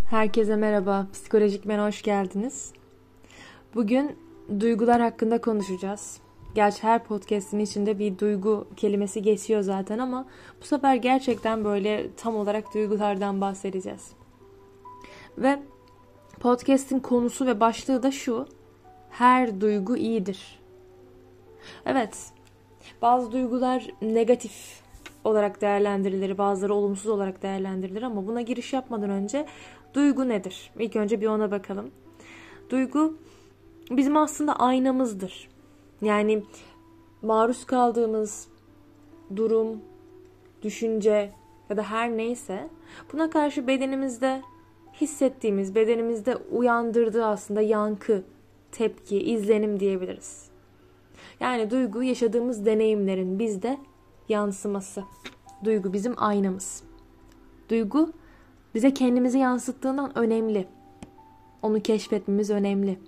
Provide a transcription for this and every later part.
Herkese merhaba, Psikolojik Men'e hoş geldiniz. Bugün duygular hakkında konuşacağız. Gerçi her podcast'in içinde bir duygu kelimesi geçiyor zaten ama bu sefer gerçekten böyle tam olarak duygulardan bahsedeceğiz. Ve podcast'in konusu ve başlığı da şu: her duygu iyidir. Evet, bazı duygular negatif olarak değerlendirilir, bazıları olumsuz olarak değerlendirilir ama buna giriş yapmadan önce duygu nedir? İlk önce bir ona bakalım. Duygu bizim aslında aynamızdır. Yani maruz kaldığımız durum, düşünce ya da her neyse buna karşı bedenimizde hissettiğimiz, bedenimizde uyandırdığı aslında yankı, tepki, izlenim diyebiliriz. Yani duygu yaşadığımız deneyimlerin bizde yansıması. Duygu bizim aynamız. Duygu bize kendimizi yansıttığından önemli. Onu keşfetmemiz önemli.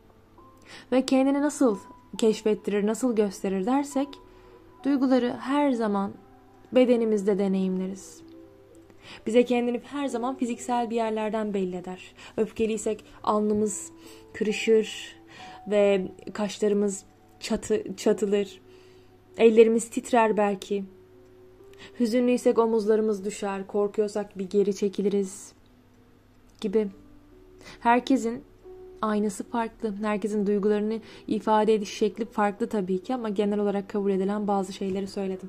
Ve kendini nasıl keşfettirir, nasıl gösterir dersek, duyguları her zaman bedenimizde deneyimleriz. Bize kendini her zaman fiziksel bir yerlerden belli eder. Öfkeliysek alnımız kırışır ve kaşlarımız çatılır. Ellerimiz titrer belki. Hüzünlüysek omuzlarımız düşer, korkuyorsak bir geri çekiliriz gibi. Herkesin aynası farklı. Herkesin duygularını ifade ediş şekli farklı tabii ki ama genel olarak kabul edilen bazı şeyleri söyledim.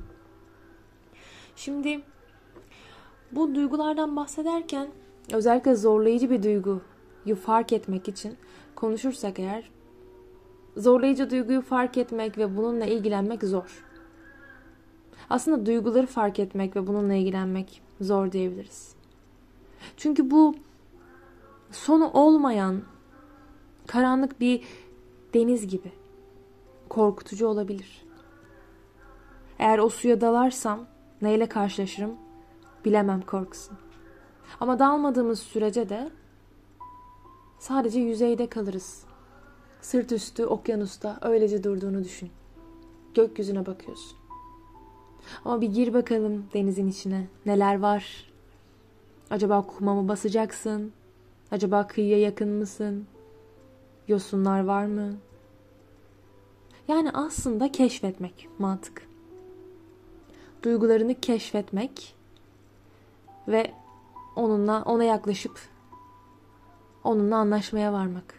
Şimdi bu duygulardan bahsederken özellikle zorlayıcı bir duyguyu fark etmek için konuşursak eğer, zorlayıcı duyguyu fark etmek ve bununla ilgilenmek zor. Aslında duyguları fark etmek ve bununla ilgilenmek zor diyebiliriz. Çünkü bu sonu olmayan karanlık bir deniz gibi korkutucu olabilir. Eğer o suya dalarsam neyle karşılaşırım bilemem korkusun. Ama dalmadığımız sürece de sadece yüzeyde kalırız. Sırt üstü okyanusta öylece durduğunu düşün. Gökyüzüne bakıyorsun. Ama bir gir bakalım denizin içine. Neler var? Acaba kuma mı basacaksın? Acaba kıyıya yakın mısın? Yosunlar var mı? Yani aslında keşfetmek mantık. Duygularını keşfetmek ve ona yaklaşıp onunla anlaşmaya varmak.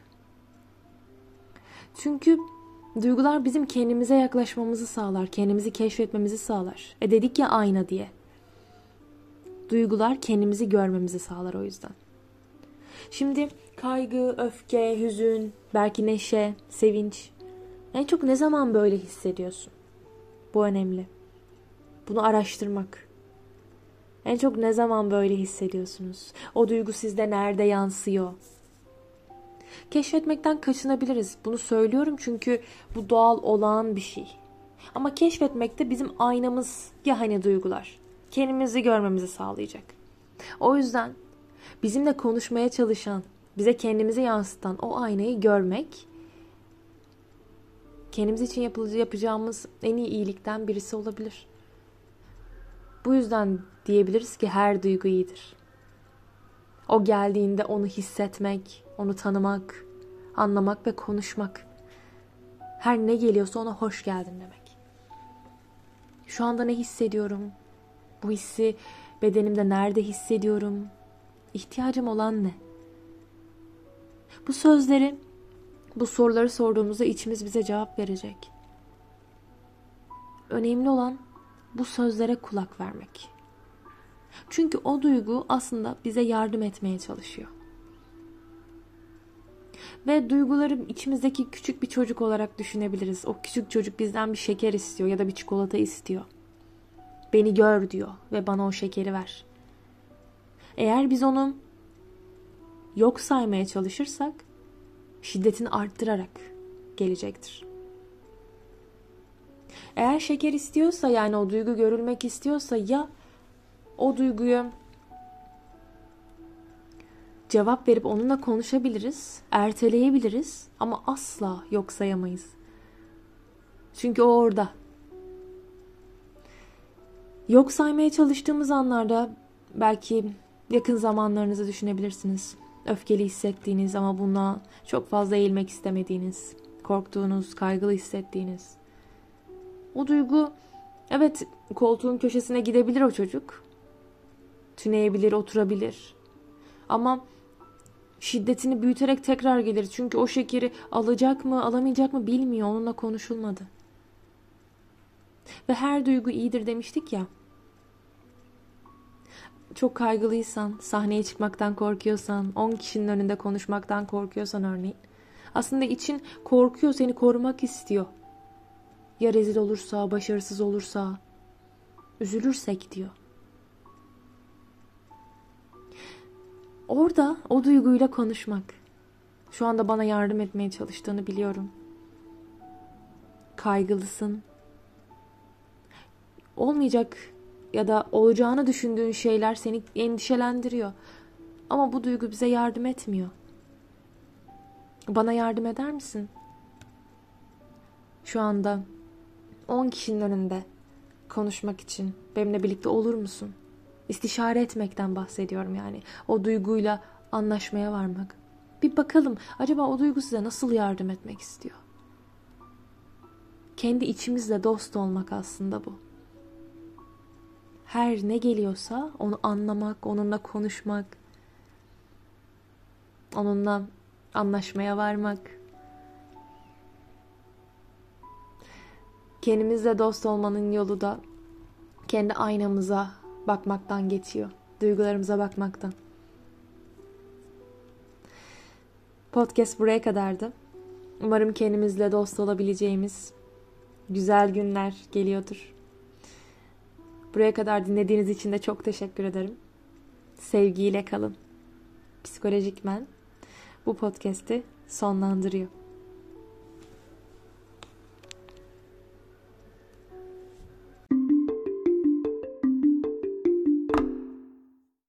Çünkü duygular bizim kendimize yaklaşmamızı sağlar, kendimizi keşfetmemizi sağlar. Dedik ya ayna diye. Duygular kendimizi görmemizi sağlar o yüzden. Şimdi kaygı, öfke, hüzün, belki neşe, sevinç. En çok ne zaman böyle hissediyorsun? Bu önemli. Bunu araştırmak. En çok ne zaman böyle hissediyorsunuz? O duygu sizde nerede yansıyor? Keşfetmekten kaçınabiliriz. Bunu söylüyorum çünkü bu doğal olağan bir şey. Ama keşfetmek de bizim aynamız ya hani duygular. Kendimizi görmemizi sağlayacak. O yüzden bizimle konuşmaya çalışan, bize kendimizi yansıtan o aynayı görmek kendimiz için yapacağımız en iyi iyilikten birisi olabilir. Bu yüzden diyebiliriz ki her duygu iyidir. O geldiğinde onu hissetmek, onu tanımak, anlamak ve konuşmak. Her ne geliyorsa ona hoş geldin demek. Şu anda ne hissediyorum? Bu hissi bedenimde nerede hissediyorum? İhtiyacım olan ne? Bu soruları sorduğumuzda içimiz bize cevap verecek. Önemli olan bu sözlere kulak vermek. Çünkü o duygu aslında bize yardım etmeye çalışıyor. Ve duyguları içimizdeki küçük bir çocuk olarak düşünebiliriz. O küçük çocuk bizden bir şeker istiyor ya da bir çikolata istiyor. Beni gör diyor ve bana o şekeri ver. Eğer biz onu yok saymaya çalışırsak şiddetini arttırarak gelecektir. Eğer şeker istiyorsa, yani o duygu görülmek istiyorsa, ya o duyguyu cevap verip onunla konuşabiliriz, erteleyebiliriz ama asla yok sayamayız. Çünkü o orada. Yok saymaya çalıştığımız anlarda belki yakın zamanlarınızı düşünebilirsiniz. öfkeli hissettiğiniz ama buna çok fazla eğilmek istemediğiniz, korktuğunuz, kaygılı hissettiğiniz. O duygu, evet, koltuğun köşesine gidebilir o çocuk. Tüneyebilir, oturabilir. Ama şiddetini büyüterek tekrar gelir. Çünkü o şekeri alacak mı, alamayacak mı bilmiyor. Onunla konuşulmadı. Ve her duygu iyidir demiştik ya. Çok kaygılıysan, sahneye çıkmaktan korkuyorsan, 10 kişinin önünde konuşmaktan korkuyorsan örneğin. Aslında için korkuyor, seni korumak istiyor. Ya rezil olursa, başarısız olursa, üzülürsek diyor. Orada o duyguyla konuşmak. Şu anda bana yardım etmeye çalıştığını biliyorum. Kaygılısın. Olmayacak ya da olacağını düşündüğün şeyler seni endişelendiriyor. Ama bu duygu bize yardım etmiyor. Bana yardım eder misin? Şu anda 10 kişinin önünde konuşmak için benimle birlikte olur musun? İstişare etmekten bahsediyorum yani. O duyguyla anlaşmaya varmak. Bir bakalım acaba o duygu size nasıl yardım etmek istiyor? Kendi içimizle dost olmak aslında bu. Her ne geliyorsa onu anlamak, onunla konuşmak, onunla anlaşmaya varmak. Kendimizle dost olmanın yolu da kendi aynamıza bakmaktan geçiyor. Duygularımıza bakmaktan. Podcast buraya kadardı. Umarım kendimizle dost olabileceğimiz güzel günler geliyordur. Buraya kadar dinlediğiniz için de çok teşekkür ederim. Sevgiyle kalın. Psikolojik Men bu podcast'i sonlandırıyor.